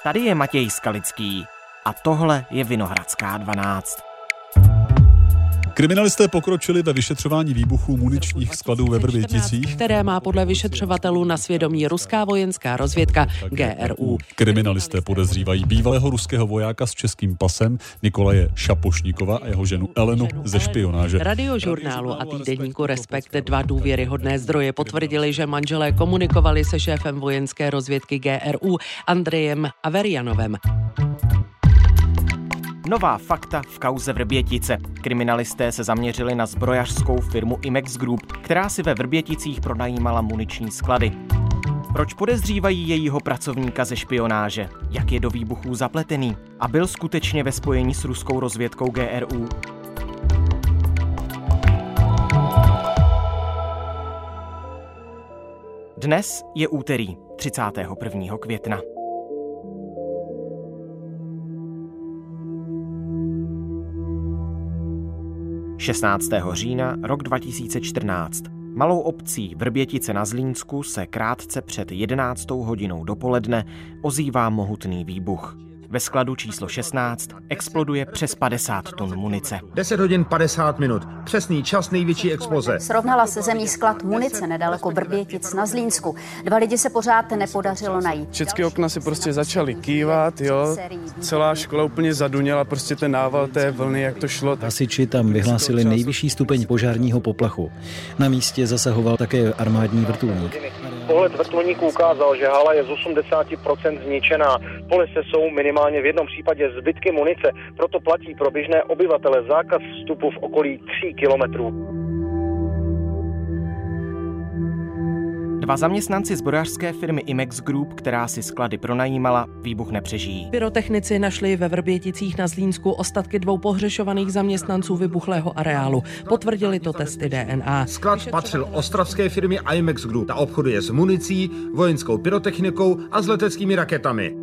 Tady je Matěj Skalický a tohle je Vinohradská 12. Kriminalisté pokročili ve vyšetřování výbuchů muničních skladů ve Vrběticích, které má podle vyšetřovatelů na svědomí ruská vojenská rozvědka GRU. Kriminalisté podezřívají bývalého ruského vojáka s českým pasem Nikolaje Šapošníkova a jeho ženu Elenu ze špionáže. Radiožurnálu a týdeníku Respekt dva důvěryhodné zdroje potvrdili, že manželé komunikovali se šéfem vojenské rozvědky GRU Andrejem Averjanovem. Nová fakta v kauze Vrbětice. Kriminalisté se zaměřili na zbrojařskou firmu Imex Group, která si ve Vrběticích pronajímala muniční sklady. Proč podezřívají jejího pracovníka ze špionáže? Jak je do výbuchů zapletený? A byl skutečně ve spojení s ruskou rozvědkou GRU? Dnes je úterý, 31. května. října rok 2014. Malou obcí Vrbětice na Zlínsku se krátce před 11. hodinou dopoledne ozývá mohutný výbuch. Ve skladu číslo 16 exploduje přes 50 tun munice. 10 hodin 50 minut. Přesný čas největší exploze. Srovnala se zemí sklad munice nedaleko Vrbětic na Zlínsku. 2 lidi se pořád nepodařilo najít. Všechny okna si prostě začaly kývat, jo. Celá škola úplně zaduněla, prostě ten nával té vlny, jak to šlo. Hasiči tam vyhlásili nejvyšší stupeň požárního poplachu. Na místě zasahoval také armádní vrtulník. Pohled vrtulníků ukázal, že hala je z 80% zničená. Po lese jsou minimálně v jednom případě zbytky munice, proto platí pro běžné obyvatele zákaz vstupu v okolí 3 kilometrů. 2 zaměstnanci zbrojařské firmy Imex Group, která si sklady pronajímala, výbuch nepřežijí. Pyrotechnici našli ve Vrběticích na Zlínsku ostatky 2 pohřešovaných zaměstnanců vybuchlého areálu. Potvrdili to testy DNA. Sklad patřil ostravské firmě Imex Group. Ta obchoduje s municí, vojenskou pyrotechnikou a s leteckými raketami.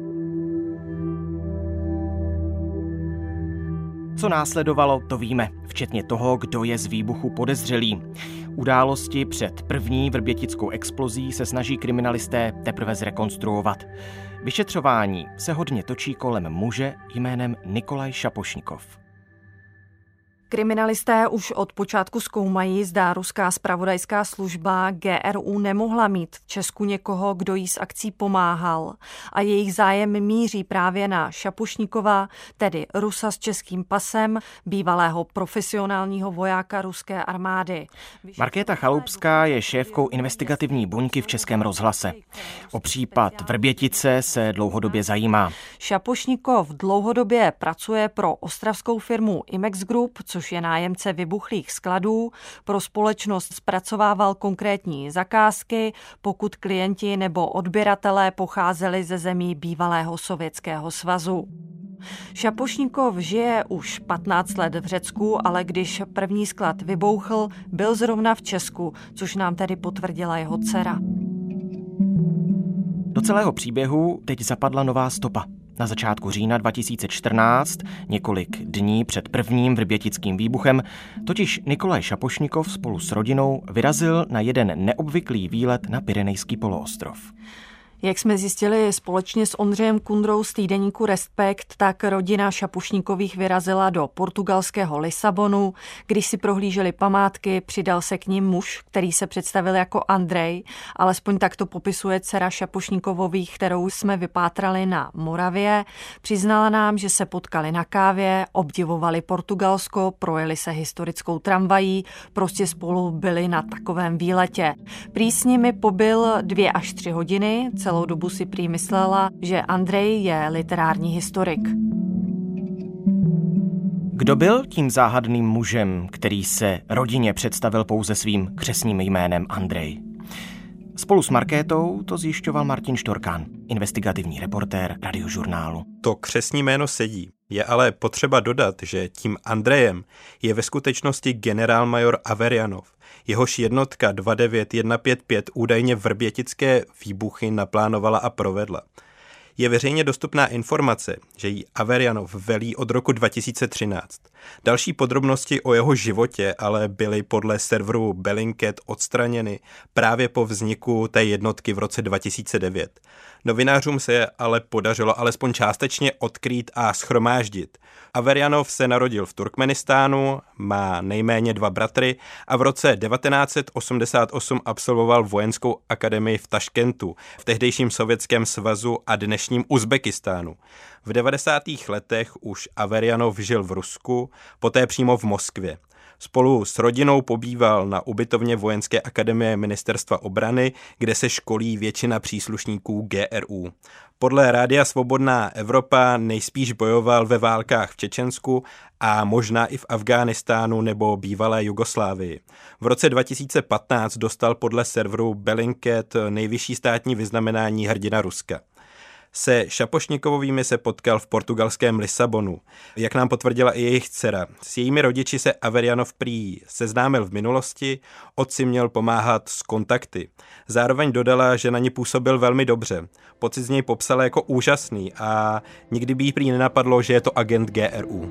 Co následovalo, to víme, včetně toho, kdo je z výbuchu podezřelý. Události před první vrbětickou explozí se snaží kriminalisté teprve zrekonstruovat. Vyšetřování se hodně točí kolem muže jménem Nikolaj Šapošníkov. Kriminalisté už od počátku zkoumají, zda ruská zpravodajská služba GRU nemohla mít v Česku někoho, kdo jí s akcí pomáhal. A jejich zájem míří právě na Šapošníkova, tedy Rusa s českým pasem, bývalého profesionálního vojáka ruské armády. Markéta Chaloupská je šéfkou investigativní buňky v Českém rozhlase. O případ Vrbětice se dlouhodobě zajímá. Šapošníkov dlouhodobě pracuje pro ostravskou firmu Imex Group, což je nájemce vybuchlých skladů. Pro společnost zpracovával konkrétní zakázky, pokud klienti nebo odběratelé pocházeli ze zemí bývalého Sovětského svazu. Šapošníkov žije už 15 let v Řecku, ale když první sklad vybouchl, byl zrovna v Česku, což nám tedy potvrdila jeho dcera. Do celého příběhu teď zapadla nová stopa. Na začátku října 2014, několik dní před prvním vrbětickým výbuchem, totiž Nikolaj Šapošníkov spolu s rodinou vyrazil na jeden neobvyklý výlet na Pyrenejský poloostrov. Jak jsme zjistili společně s Ondřejem Kundrou z týdeníku Respekt, tak rodina Šapošníkových vyrazila do portugalského Lisabonu. Když si prohlíželi památky, přidal se k nim muž, který se představil jako Andrej, alespoň tak to popisuje dcera Šapošníkovových, kterou jsme vypátrali na Moravě. Přiznala nám, že se potkali na kávě, obdivovali Portugalsko, projeli se historickou tramvají, prostě spolu byli na takovém výletě. Prý s nimi pobyl 2 až 3 hodiny, celou dobu si prý myslela, že Andrej je literární historik. Kdo byl tím záhadným mužem, který se rodině představil pouze svým křestním jménem Andrej? Spolu s Markétou to zjišťoval Martin Štorkán, investigativní reportér Radiožurnálu. To křestní jméno sedí. Je ale potřeba dodat, že tím Andrejem je ve skutečnosti generálmajor Averjanov. Jehož jednotka 29155 údajně vrbětické výbuchy naplánovala a provedla. Je veřejně dostupná informace, že jí Averjanov velí od roku 2013. Další podrobnosti o jeho životě ale byly podle serveru Bellingcat odstraněny právě po vzniku té jednotky v roce 2009. Novinářům se ale podařilo alespoň částečně odkrýt a shromáždit. Averjanov se narodil v Turkmenistánu, má nejméně 2 bratry a v roce 1988 absolvoval vojenskou akademii v Taškentu, v tehdejším Sovětském svazu a dnešním Uzbekistánu. V 90. letech už Averjanov žil v Rusku, poté přímo v Moskvě. Spolu s rodinou pobýval na ubytovně Vojenské akademie Ministerstva obrany, kde se školí většina příslušníků GRU. Podle Rádia Svobodná Evropa nejspíš bojoval ve válkách v Čečensku a možná i v Afghánistánu nebo bývalé Jugoslávii. V roce 2015 dostal podle serveru Bellingcat nejvyšší státní vyznamenání Hrdina Ruska. Se Šapošnikovovými se potkal v portugalském Lisabonu. Jak nám potvrdila i jejich dcera, s jejími rodiči se Averjanov prý seznámil v minulosti, otci měl pomáhat s kontakty. Zároveň dodala, že na ně působil velmi dobře. Pocit z něj popsala jako úžasný a nikdy by jí prý nenapadlo, že je to agent GRU.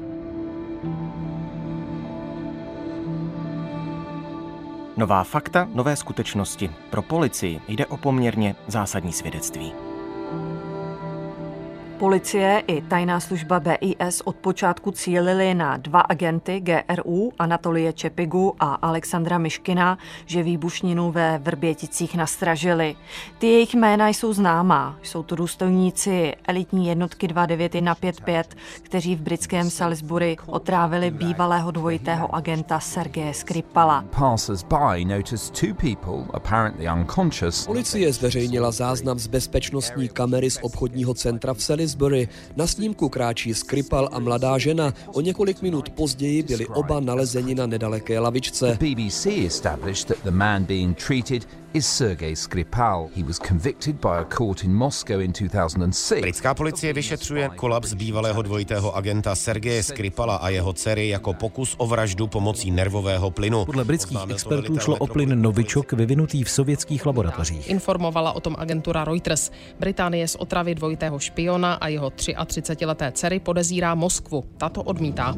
Nová fakta, nové skutečnosti. Pro policii jde o poměrně zásadní svědectví. Policie i tajná služba BIS od počátku cílili na 2 agenty GRU, Anatolie Čepigu a Alexandra Miškina, že výbušninu ve Vrběticích nastražili. Ty jejich jména jsou známá. Jsou to důstojníci elitní jednotky 29155, kteří v britském Salisbury otrávili bývalého dvojitého agenta Sergeje Skripala. Policie zveřejnila záznam z bezpečnostní kamery z obchodního centra v Salisbury. Na snímku kráčí Skripal a mladá žena. O několik minut později byli oba nalezeni na nedaleké lavičce. BBC established that the man being treated is Sergej Skripal. He was convicted by a court in Moscow in 2006. Britská policie vyšetřuje kolaps bývalého dvojitého agenta Sergeje Skripala a jeho dcery jako pokus o vraždu pomocí nervového plynu. Podle britských expertů šlo o plyn Novičok vyvinutý v sovětských laboratořích. Informovala o tom agentura Reuters. Británie z otravy dvojitého špiona a jeho 33leté dcery podezírá Moskvu. Tato odmítá.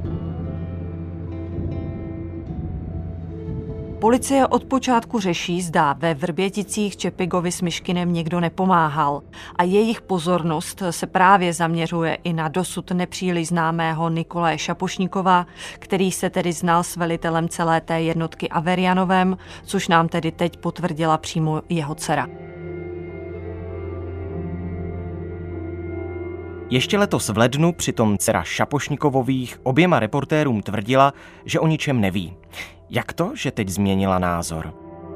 Policie od počátku řeší, zda ve Vrběticích Čepigovi s Miškinem někdo nepomáhal a jejich pozornost se právě zaměřuje i na dosud nepříliš známého Nikolaje Šapošníkova, který se tedy znal s velitelem celé té jednotky Averjanovem, což nám tedy teď potvrdila přímo jeho dcera. Ještě letos v lednu přitom dcera Šapošnikovových oběma reportérům tvrdila, že o ničem neví. Jak to, že teď změnila názor?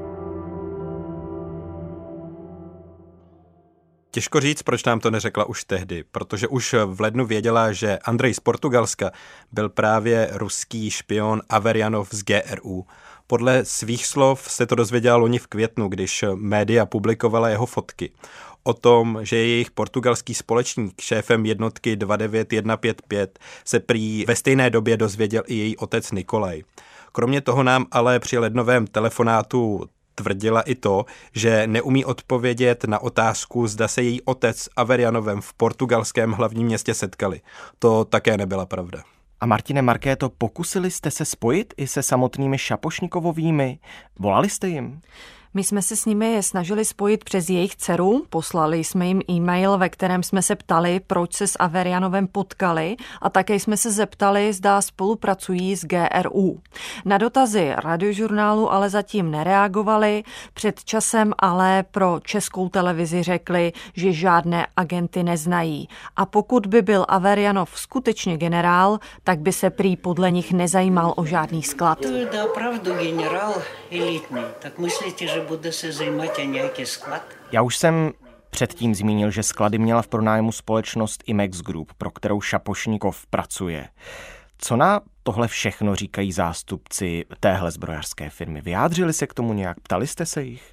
Těžko říct, proč nám to neřekla už tehdy, protože už v lednu věděla, že Andrej z Portugalska byl právě ruský špion Averjanov z GRU. Podle svých slov se to dozvěděla loni v květnu, když média publikovala jeho fotky. O tom, že je jejich portugalský společník šéfem jednotky 29155, se prý ve stejné době dozvěděl i její otec Nikolaj. Kromě toho nám ale při lednovém telefonátu tvrdila i to, že neumí odpovědět na otázku, zda se její otec s Averjanovem v portugalském hlavním městě setkali. To také nebyla pravda. A Martine Markéto, pokusili jste se spojit i se samotnými Šapošnikovovými? Volali jste jim? My jsme se s nimi snažili spojit přes jejich dceru, poslali jsme jim e-mail, ve kterém jsme se ptali, proč se s Averjanovem potkali a také jsme se zeptali, zda spolupracují s GRU. Na dotazy Radiožurnálu ale zatím nereagovali, před časem ale pro Českou televizi řekli, že žádné agenty neznají. A pokud by byl Averjanov skutečně generál, tak by se prý podle nich nezajímal o žádný sklad. To je opravdu generál elitní, tak myslíte, že bude se zajímat o nějaký sklad? Já už jsem předtím zmínil, že sklady měla v pronájmu společnost Imex Group, pro kterou Šapošníkov pracuje. Co na tohle všechno říkají zástupci téhle zbrojařské firmy? Vyjádřili se k tomu nějak? Ptali jste se jich?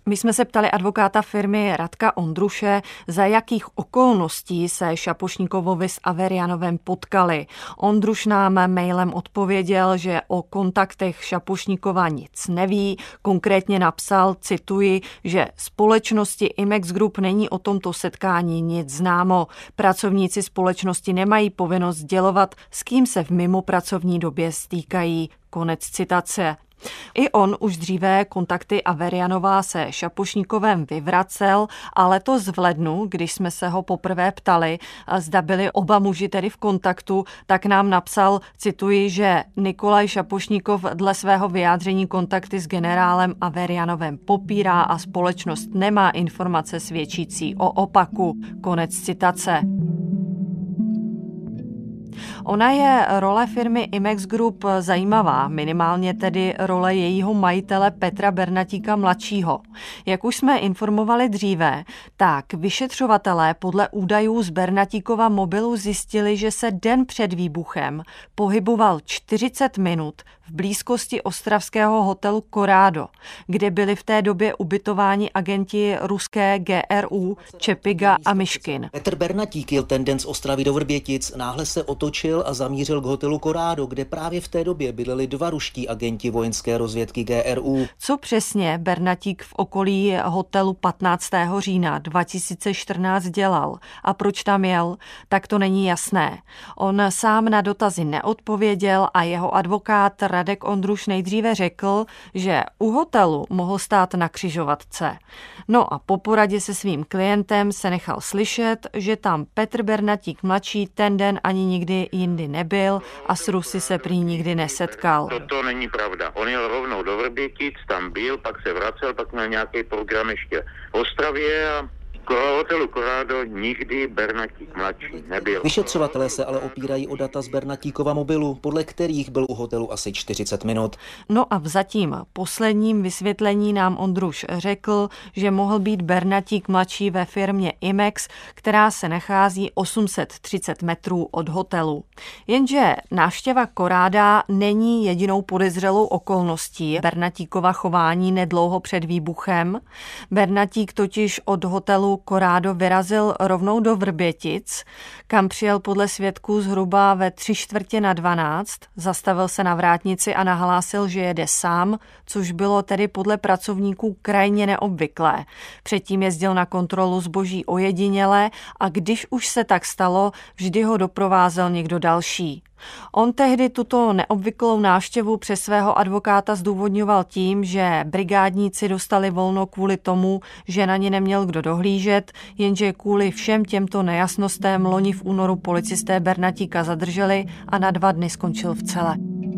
My jsme se ptali advokáta firmy Radka Ondruše, za jakých okolností se Šapošníkovovi s Averianovem potkali. Ondruš nám mailem odpověděl, že o kontaktech Šapošníkova nic neví. Konkrétně napsal, cituji, že společnosti Imex Group není o tomto setkání nic známo. Pracovníci společnosti nemají povinnost sdělovat, s kým se v mimopracovní době stýkají. Konec citace. I on už dříve kontakty Averianova se Šapošníkovem vyvracel, a letos v lednu, když jsme se ho poprvé ptali, zda byli oba muži tedy v kontaktu, tak nám napsal, cituji, že Nikolaj Šapošníkov dle svého vyjádření kontakty s generálem Averianovem popírá a společnost nemá informace svědčící o opaku. Konec citace. Ona je role firmy Imex Group zajímavá, minimálně tedy role jejího majitele Petra Bernatíka mladšího. Jak už jsme informovali dříve, tak vyšetřovatelé podle údajů z Bernatíkova mobilu zjistili, že se den před výbuchem pohyboval 40 minut v blízkosti ostravského hotelu Corrado, kde byli v té době ubytováni agenti ruské GRU Čepiga a Myškin. Petr Bernatík jel ten den z Ostravy do Vrbětic, náhle se otočil a zamířil k hotelu Corrado, kde právě v té době bydleli 2 ruští agenti vojenské rozvědky GRU. Co přesně Bernatík v okolí hotelu 15. října 2014 dělal a proč tam jel, tak to není jasné. On sám na dotazy neodpověděl a jeho advokát Radek Ondruš nejdříve řekl, že u hotelu mohl stát na křižovatce. No a po poradě se svým klientem se nechal slyšet, že tam Petr Bernatík mladší ten den ani nikdy jindy nebyl a s Rusy se prý nikdy nesetkal. To není pravda. On jel rovnou do Vrbětic, tam byl, pak se vracel, pak měl nějaký program ještě v Ostravě a hotelu Corrado nikdy Bernatík mladší nebyl. Vyšetřovatelé se ale opírají o data z Bernatíkova mobilu, podle kterých byl u hotelu asi 40 minut. No a v zatím posledním vysvětlení nám Ondruš řekl, že mohl být Bernatík mladší ve firmě Imex, která se nachází 830 metrů od hotelu. Jenže návštěva Corrada není jedinou podezřelou okolností Bernatíkova chování nedlouho před výbuchem. Bernatík totiž od hotelu Corrado vyrazil rovnou do Vrbětic, kam přijel podle svědků zhruba ve 11:45, zastavil se na vrátnici a nahlásil, že jede sám, což bylo tedy podle pracovníků krajně neobvyklé. Předtím jezdil na kontrolu zboží ojediněle a když už se tak stalo, vždy ho doprovázel někdo další. On tehdy tuto neobvyklou návštěvu přes svého advokáta zdůvodňoval tím, že brigádníci dostali volno kvůli tomu, že na ně neměl kdo dohlížet, jenže kvůli všem těmto nejasnostem loni v únoru policisté Bernatíka zadrželi a na 2 dny skončil v cele.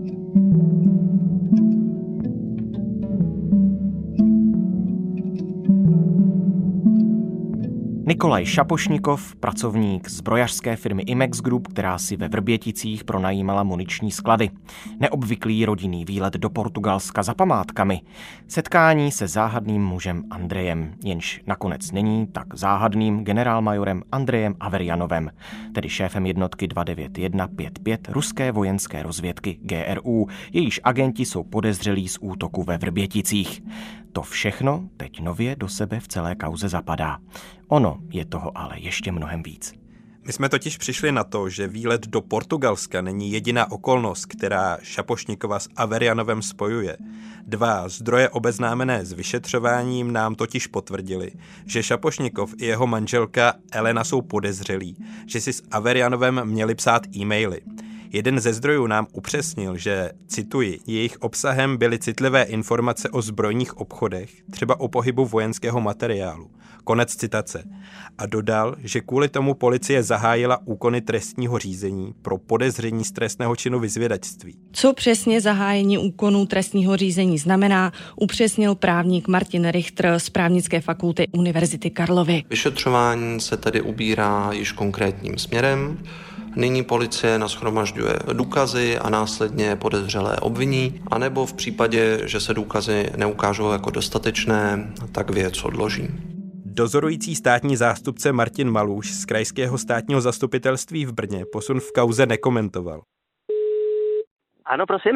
Nikolaj Šapošníkov, pracovník zbrojařské firmy Imex Group, která si ve Vrběticích pronajímala muniční sklady. Neobvyklý rodinný výlet do Portugalska za památkami. Setkání se záhadným mužem Andrejem, jenž nakonec není tak záhadným generálmajorem Andrejem Averianovem, tedy šéfem jednotky 29155 ruské vojenské rozvědky GRU, jejíž agenti jsou podezřelí z útoku ve Vrběticích. To všechno teď nově do sebe v celé kauze zapadá. Ono je toho ale ještě mnohem víc. My jsme totiž přišli na to, že výlet do Portugalska není jediná okolnost, která Šapošníkova s Averianovem spojuje. 2 zdroje obeznámené s vyšetřováním nám totiž potvrdili, že Šapošníkov i jeho manželka Elena jsou podezřelí, že si s Averianovem měli psát e-maily. Jeden ze zdrojů nám upřesnil, že, cituji, jejich obsahem byly citlivé informace o zbrojních obchodech, třeba o pohybu vojenského materiálu. Konec citace. A dodal, že kvůli tomu policie zahájila úkony trestního řízení pro podezření z trestného činu vyzvědačství. Co přesně zahájení úkonů trestního řízení znamená, upřesnil právník Martin Richter z právnické fakulty Univerzity Karlovy. Vyšetřování se tedy ubírá již konkrétním směrem. Nyní policie nashromažďuje důkazy a následně podezřelé obviní, anebo v případě, že se důkazy neukážou jako dostatečné, tak věc odloží. Dozorující státní zástupce Martin Maluš z Krajského státního zastupitelství v Brně posun v kauze nekomentoval. Ano, prosím.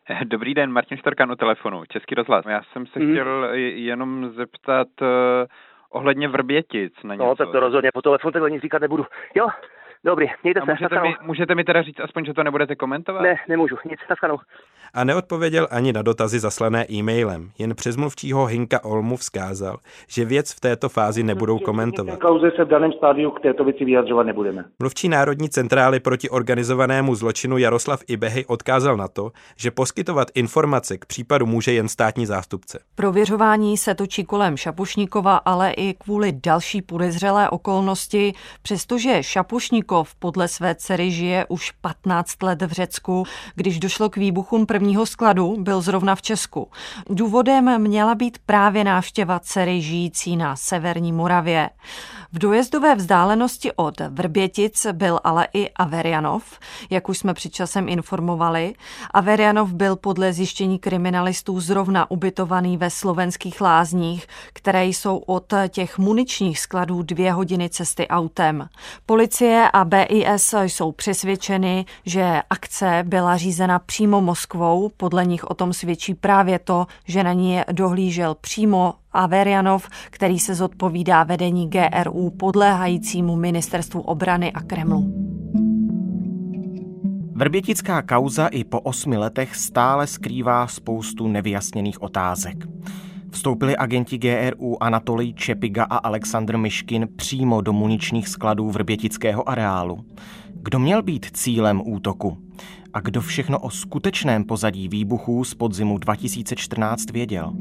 Dobrý den, Martin Štorkan u telefonu, Český rozhlas. Já jsem se chtěl jenom zeptat ohledně Vrbětic na něco. No, tak to rozhodně, po telefonu takhle nic říkat nebudu. Jo, dobrý, mějte se. Můžete mi teda říct aspoň, že to nebudete komentovat? Ne, nemůžu, nic, nashledanou. A neodpověděl ani na dotazy zaslané e-mailem. Jen přes mluvčího Hinka Olmu vzkázal, že věc v této fázi nebudou komentovat. V kauze se v daném stádiu k této věci vyjadřovat nebudeme. Mluvčí Národní centrály proti organizovanému zločinu Jaroslav Ibehy odkázal na to, že poskytovat informace k případu může jen státní zástupce. Prověřování se točí kolem Šapošníkova, ale i kvůli další podezřelé okolnosti, přestože Šapošníkov podle své dcery žije už 15 let v Řecku. Když došlo k výbuchům prvního skladu, byl zrovna v Česku. Důvodem měla být právě návštěva dcery žijící na severní Moravě. V dojezdové vzdálenosti od Vrbětic byl ale i Averjanov, jak už jsme před časem informovali. Averjanov byl podle zjištění kriminalistů zrovna ubytovaný ve Slovenských Lázních, které jsou od těch muničních skladů 2 hodiny cesty autem. Policie a BIS jsou přesvědčeny, že akce byla řízena přímo Moskvou. Podle nich o tom svědčí právě to, že na ní dohlížel přímo Averjanov, který se zodpovídá vedení GRU podléhajícímu ministerstvu obrany a Kremlu. Vrbětická kauza i po 8 letech stále skrývá spoustu nevyjasněných otázek. Vstoupili agenti GRU Anatolij Čepiga a Aleksandr Myškin přímo do muničních skladů vrbětického areálu. Kdo měl být cílem útoku? A kdo všechno o skutečném pozadí výbuchů z podzimu 2014 věděl?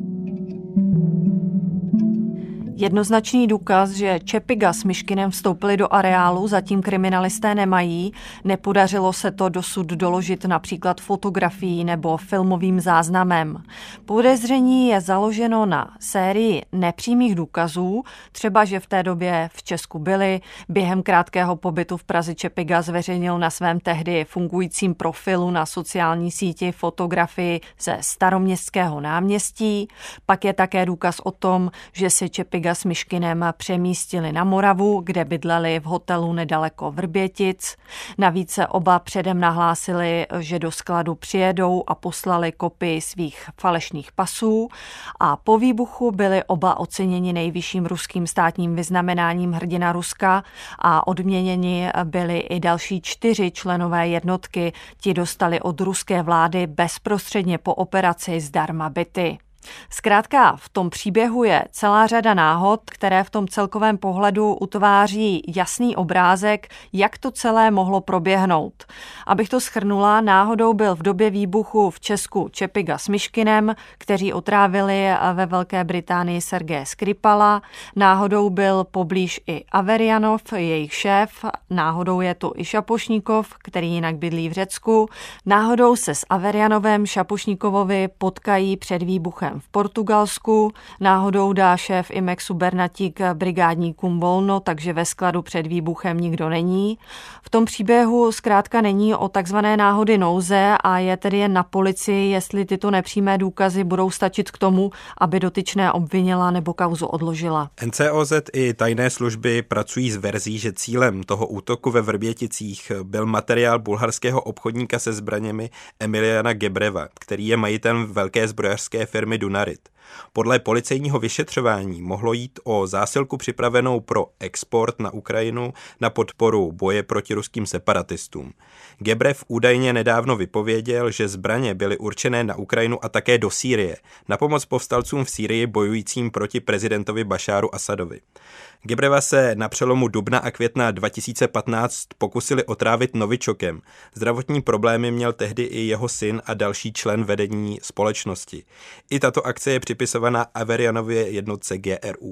Jednoznačný důkaz, že Čepiga s Myškinem vstoupili do areálu, zatím kriminalisté nemají. Nepodařilo se to dosud doložit například fotografií nebo filmovým záznamem. Podezření je založeno na sérii nepřímých důkazů, třeba že v té době v Česku byli. Během krátkého pobytu v Praze Čepiga zveřejnil na svém tehdy fungujícím profilu na sociální síti fotografii ze Staroměstského náměstí. Pak je také důkaz o tom, že si Čepiga s Myškinem přemístili na Moravu, kde bydleli v hotelu nedaleko Vrbětic. Navíc se oba předem nahlásili, že do skladu přijedou a poslali kopii svých falešných pasů. A po výbuchu byli oba oceněni nejvyšším ruským státním vyznamenáním Hrdina Ruska a odměněni byli i další 4 členové jednotky. Ti dostali od ruské vlády bezprostředně po operaci zdarma byty. Zkrátka v tom příběhu je celá řada náhod, které v tom celkovém pohledu utváří jasný obrázek, jak to celé mohlo proběhnout. Abych to shrnula, náhodou byl v době výbuchu v Česku Čepiga s Myškinem, kteří otrávili ve Velké Británii Sergeje Skripala. Náhodou byl poblíž i Averjanov, jejich šéf. Náhodou je to i Šapošníkov, který jinak bydlí v Řecku. Náhodou se s Averjanovem Šapošníkovovi potkají před výbuchem v Portugalsku. Náhodou dá šéf Imexu Bernatík brigádníkům volno, takže ve skladu před výbuchem nikdo není. V tom příběhu zkrátka není o takzvané náhody nouze a je tedy jen na policii, jestli tyto nepřímé důkazy budou stačit k tomu, aby dotyčné obvinila nebo kauzu odložila. NCOZ i tajné služby pracují s verzí, že cílem toho útoku ve Vrběticích byl materiál bulharského obchodníka se zbraněmi Emiliana Gebreva, který je majitelem velké zbrojařské firmy Dunarit. Podle policejního vyšetřování mohlo jít o zásilku připravenou pro export na Ukrajinu na podporu boje proti ruským separatistům. Gebrev údajně nedávno vypověděl, že zbraně byly určené na Ukrajinu a také do Sýrie, na pomoc povstalcům v Sýrii bojujícím proti prezidentovi Bašáru Asadovi. Gebreva se na přelomu dubna a května 2015 pokusili otrávit novičokem. Zdravotní problémy měl tehdy i jeho syn a další člen vedení společnosti. I tato akce je připisovaná Averjanově jednotce GRU.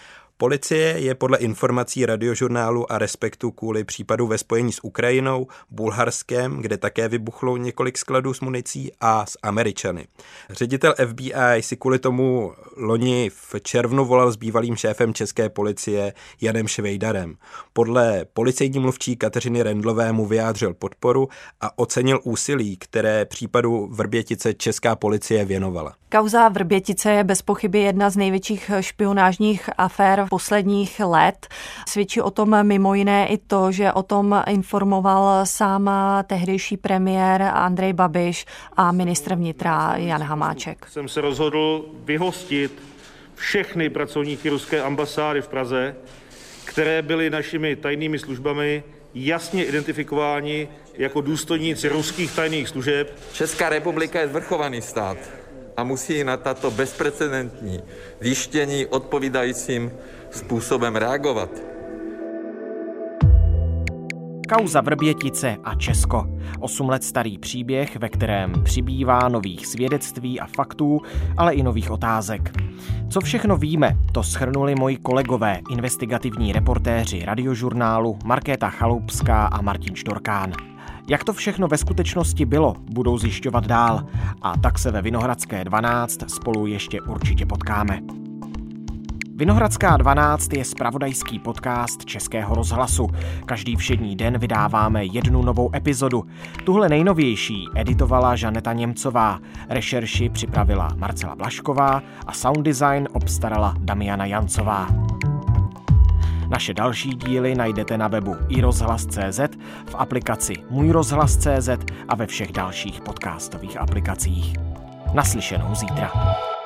Policie je podle informací Radiožurnálu a Respektu kvůli případu ve spojení s Ukrajinou, Bulharskem, kde také vybuchlo několik skladů s municí, a s Američany. Ředitel FBI si kvůli tomu loni v červnu volal s bývalým šéfem české policie Janem Švejdarem. Podle policejní mluvčí Kateřiny Rendlové mu vyjádřil podporu a ocenil úsilí, které případu Vrbětice česká policie věnovala. Kauza Vrbětice je bez pochyby jedna z největších špionážních afér posledních let. Svědčí o tom mimo jiné i to, že o tom informoval sám tehdejší premiér Andrej Babiš a ministr vnitra Jan Hamáček. Jsem se rozhodl vyhostit všechny pracovníky ruské ambasády v Praze, které byly našimi tajnými službami jasně identifikováni jako důstojníci ruských tajných služeb. Česká republika je svrchovaný stát a musí na tato bezprecedentní zjištění odpovídajícím způsobem reagovat. Kauza Vrbětice a Česko. 8 let starý příběh, ve kterém přibývá nových svědectví a faktů, ale i nových otázek. Co všechno víme, to shrnuli moji kolegové, investigativní reportéři Radiožurnálu Markéta Chaloupská a Martin Štorkán. Jak to všechno ve skutečnosti bylo, budou zjišťovat dál a tak se ve Vinohradské 12 spolu ještě určitě potkáme. Vinohradská 12 je zpravodajský podcast Českého rozhlasu. Každý všední den vydáváme jednu novou epizodu. Tuhle nejnovější editovala Žaneta Němcová, rešerši připravila Marcela Blašková a sound design obstarala Damiana Jancová. Naše další díly najdete na webu iRozhlas.cz, v aplikaci Můj rozhlas.cz a ve všech dalších podcastových aplikacích. Naslyšenou zítra.